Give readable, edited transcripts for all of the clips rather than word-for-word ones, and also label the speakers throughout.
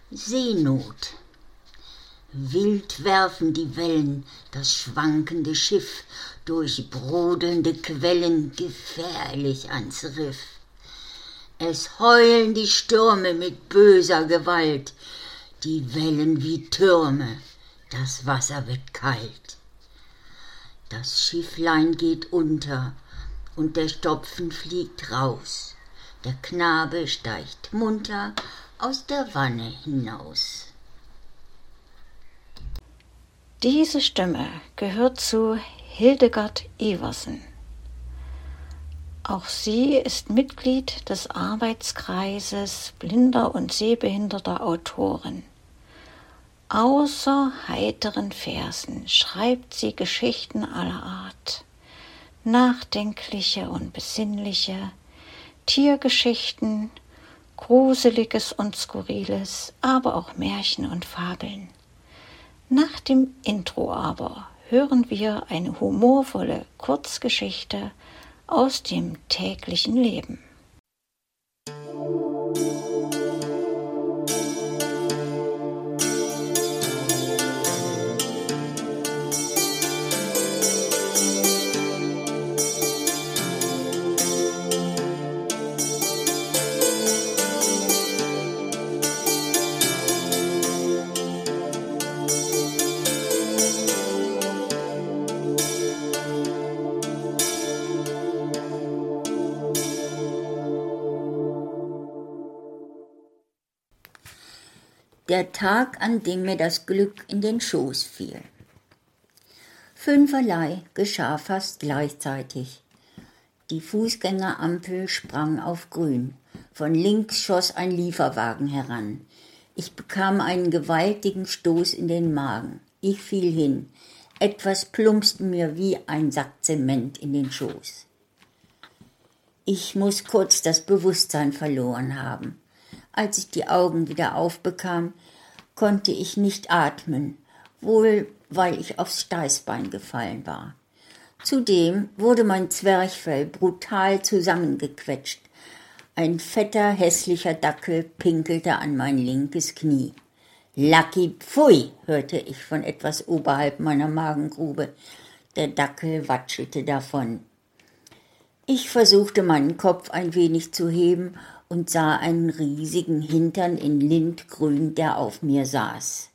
Speaker 1: Seenot. Wild werfen die Wellen das schwankende Schiff durch brodelnde Quellen gefährlich ans Riff. Es heulen die Stürme mit böser Gewalt, die Wellen wie Türme, das Wasser wird kalt. Das Schifflein geht unter und der Stopfen fliegt raus. Der Knabe steigt munter aus der Wanne hinaus.
Speaker 2: Diese Stimme gehört zu Hildegard Iversen. Auch sie ist Mitglied des Arbeitskreises blinder und sehbehinderter Autoren. Außer heiteren Versen schreibt sie Geschichten aller Art, nachdenkliche und besinnliche, Tiergeschichten, Gruseliges und Skurriles, aber auch Märchen und Fabeln. Nach dem Intro aber hören wir eine humorvolle Kurzgeschichte aus dem täglichen Leben.
Speaker 1: Der Tag, an dem mir das Glück in den Schoß fiel. Fünferlei geschah fast gleichzeitig. Die Fußgängerampel sprang auf grün. Von links schoss ein Lieferwagen heran. Ich bekam einen gewaltigen Stoß in den Magen. Ich fiel hin. Etwas plumpste mir wie ein Sack Zement in den Schoß. Ich muss kurz das Bewusstsein verloren haben. Als ich die Augen wieder aufbekam, konnte ich nicht atmen, wohl weil ich aufs Steißbein gefallen war. Zudem wurde mein Zwerchfell brutal zusammengequetscht. Ein fetter, hässlicher Dackel pinkelte an mein linkes Knie. »Lucky Pfui«, hörte ich von etwas oberhalb meiner Magengrube. Der Dackel watschelte davon. Ich versuchte, meinen Kopf ein wenig zu heben und sah einen riesigen Hintern in Lindgrün, der auf mir saß.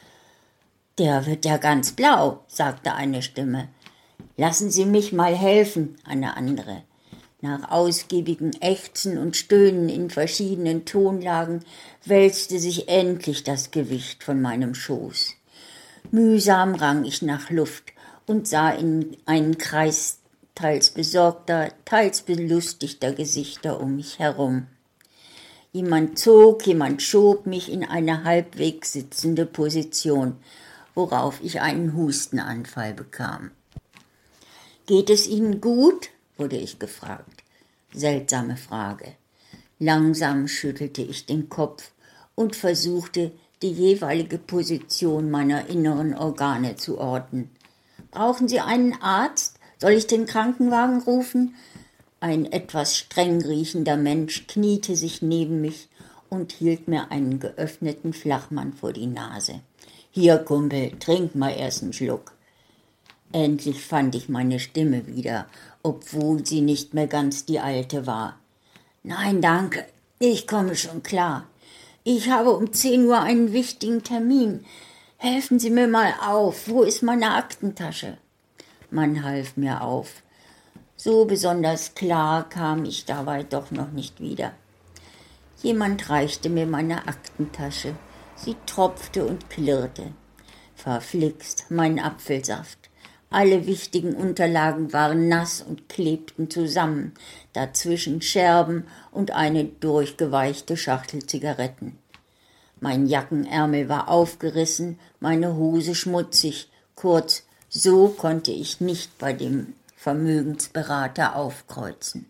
Speaker 1: »Der wird ja ganz blau«, sagte eine Stimme. »Lassen Sie mich mal helfen«, eine andere. Nach ausgiebigem Ächzen und Stöhnen in verschiedenen Tonlagen wälzte sich endlich das Gewicht von meinem Schoß. Mühsam rang ich nach Luft und sah in einen Kreis teils besorgter, teils belustigter Gesichter um mich herum. Jemand zog, jemand schob mich in eine halbwegs sitzende Position, worauf ich einen Hustenanfall bekam. »Geht es Ihnen gut?«, wurde ich gefragt. Seltsame Frage. Langsam schüttelte ich den Kopf und versuchte, die jeweilige Position meiner inneren Organe zu orten. »Brauchen Sie einen Arzt? Soll ich den Krankenwagen rufen?« Ein etwas streng riechender Mensch kniete sich neben mich und hielt mir einen geöffneten Flachmann vor die Nase. »Hier, Kumpel, trink mal erst einen Schluck.« Endlich fand ich meine Stimme wieder, obwohl sie nicht mehr ganz die alte war. »Nein, danke, ich komme schon klar. Ich habe um 10 Uhr einen wichtigen Termin. Helfen Sie mir mal auf, wo ist meine Aktentasche?« Man half mir auf. So besonders klar kam ich dabei doch noch nicht wieder. Jemand reichte mir meine Aktentasche. Sie tropfte und klirrte. Verflixt, mein Apfelsaft. Alle wichtigen Unterlagen waren nass und klebten zusammen, dazwischen Scherben und eine durchgeweichte Schachtel Zigaretten. Mein Jackenärmel war aufgerissen, meine Hose schmutzig. Kurz, so konnte ich nicht bei dem Vermögensberater aufkreuzen.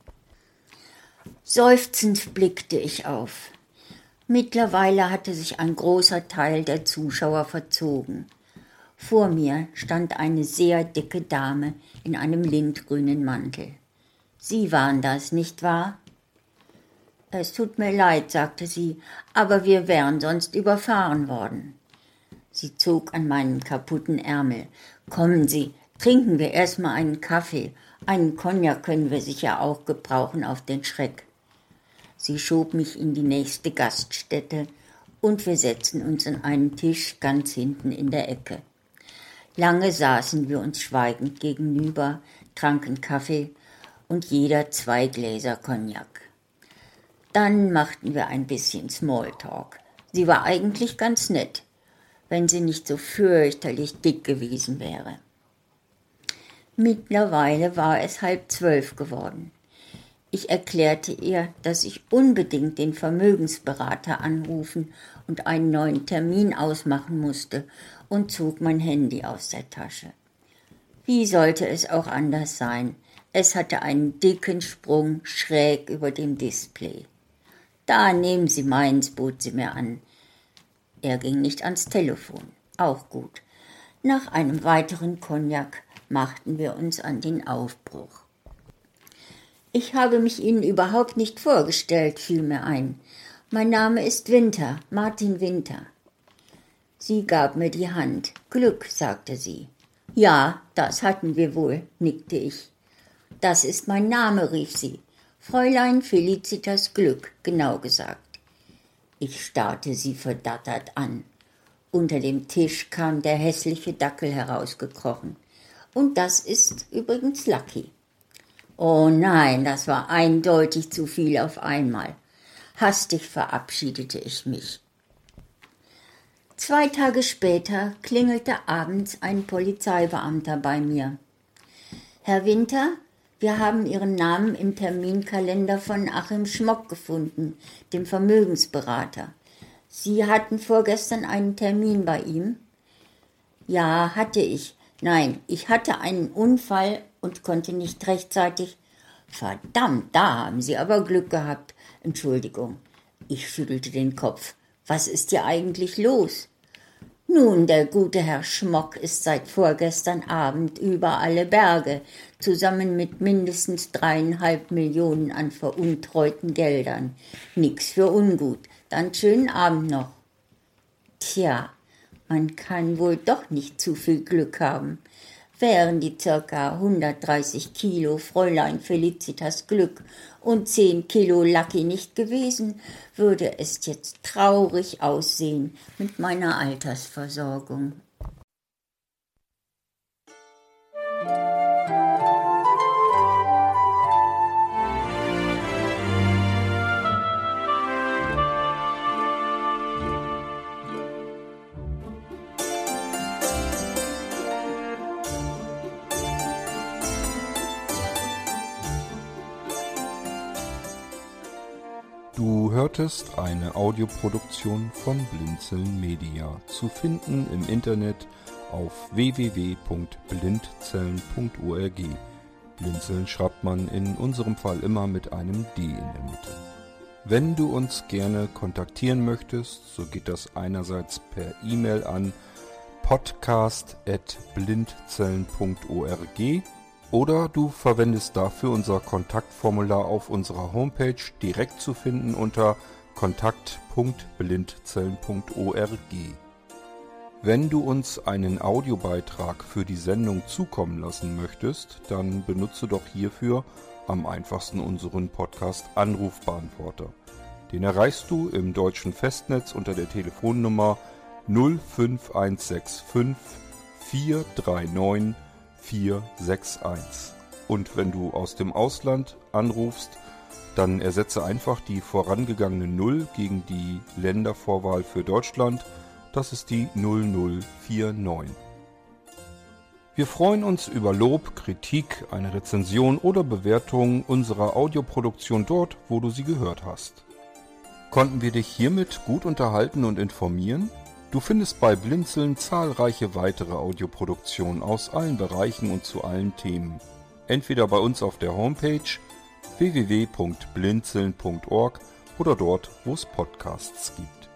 Speaker 1: Seufzend blickte ich auf. Mittlerweile hatte sich ein großer Teil der Zuschauer verzogen. Vor mir stand eine sehr dicke Dame in einem lindgrünen Mantel. Sie waren das, nicht wahr? Es tut mir leid, sagte sie, aber wir wären sonst überfahren worden. Sie zog an meinem kaputten Ärmel. Kommen Sie, trinken wir erstmal einen Kaffee. Einen Cognac können wir sicher auch gebrauchen auf den Schreck. Sie schob mich in die nächste Gaststätte und wir setzten uns an einen Tisch ganz hinten in der Ecke. Lange saßen wir uns schweigend gegenüber, tranken Kaffee und jeder 2 Gläser Cognac. Dann machten wir ein bisschen Smalltalk. Sie war eigentlich ganz nett, wenn sie nicht so fürchterlich dick gewesen wäre. Mittlerweile war es 11:30 geworden. Ich erklärte ihr, dass ich unbedingt den Vermögensberater anrufen und einen neuen Termin ausmachen musste und zog mein Handy aus der Tasche. Wie sollte es auch anders sein? Es hatte einen dicken Sprung schräg über dem Display. »Da, nehmen Sie meins«, bot sie mir an. Er ging nicht ans Telefon. Auch gut. Nach einem weiteren Cognac machten wir uns an den Aufbruch. Ich habe mich Ihnen überhaupt nicht vorgestellt, fiel mir ein. Mein Name ist Winter, Martin Winter. Sie gab mir die Hand. Glück, sagte sie. Ja, das hatten wir wohl, nickte ich. Das ist mein Name, rief sie. Fräulein Felicitas Glück, genau gesagt. Ich starrte sie verdattert an. Unter dem Tisch kam der hässliche Dackel herausgekrochen. Und das ist übrigens Lucky. Oh nein, das war eindeutig zu viel auf einmal. Hastig verabschiedete ich mich. 2 Tage später klingelte abends ein Polizeibeamter bei mir. Herr Winter, wir haben Ihren Namen im Terminkalender von Achim Schmock gefunden, dem Vermögensberater. Sie hatten vorgestern einen Termin bei ihm? Ja, hatte ich. Nein, ich hatte einen Unfall und konnte nicht rechtzeitig. Verdammt, da haben Sie aber Glück gehabt. Entschuldigung. Ich schüttelte den Kopf. Was ist hier eigentlich los? Nun, der gute Herr Schmock ist seit vorgestern Abend über alle Berge, zusammen mit mindestens 3,5 Millionen an veruntreuten Geldern. Nix für ungut. Dann schönen Abend noch. Tja, man kann wohl doch nicht zu viel Glück haben. Wären die ca. 130 Kilo Fräulein Felicitas Glück und 10 Kilo Lucky nicht gewesen, würde es jetzt traurig aussehen mit meiner Altersversorgung.
Speaker 3: Du hörtest eine Audioproduktion von Blinzeln Media, zu finden im Internet auf www.blindzellen.org. Blinzeln schreibt man in unserem Fall immer mit einem D in der Mitte. Wenn du uns gerne kontaktieren möchtest, so geht das einerseits per E-Mail an podcast@blindzellen.org oder du verwendest dafür unser Kontaktformular auf unserer Homepage, direkt zu finden unter kontakt.blindzellen.org. Wenn du uns einen Audiobeitrag für die Sendung zukommen lassen möchtest, dann benutze doch hierfür am einfachsten unseren Podcast Anrufbeantworter. Den erreichst du im deutschen Festnetz unter der Telefonnummer 05165 439 461. Und wenn du aus dem Ausland anrufst, dann ersetze einfach die vorangegangene 0 gegen die Ländervorwahl für Deutschland. Das ist die 0049. Wir freuen uns über Lob, Kritik, eine Rezension oder Bewertung unserer Audioproduktion dort, wo du sie gehört hast. Konnten wir dich hiermit gut unterhalten und informieren? Du findest bei Blinzeln zahlreiche weitere Audioproduktionen aus allen Bereichen und zu allen Themen. Entweder bei uns auf der Homepage www.blinzeln.org oder dort, wo es Podcasts gibt.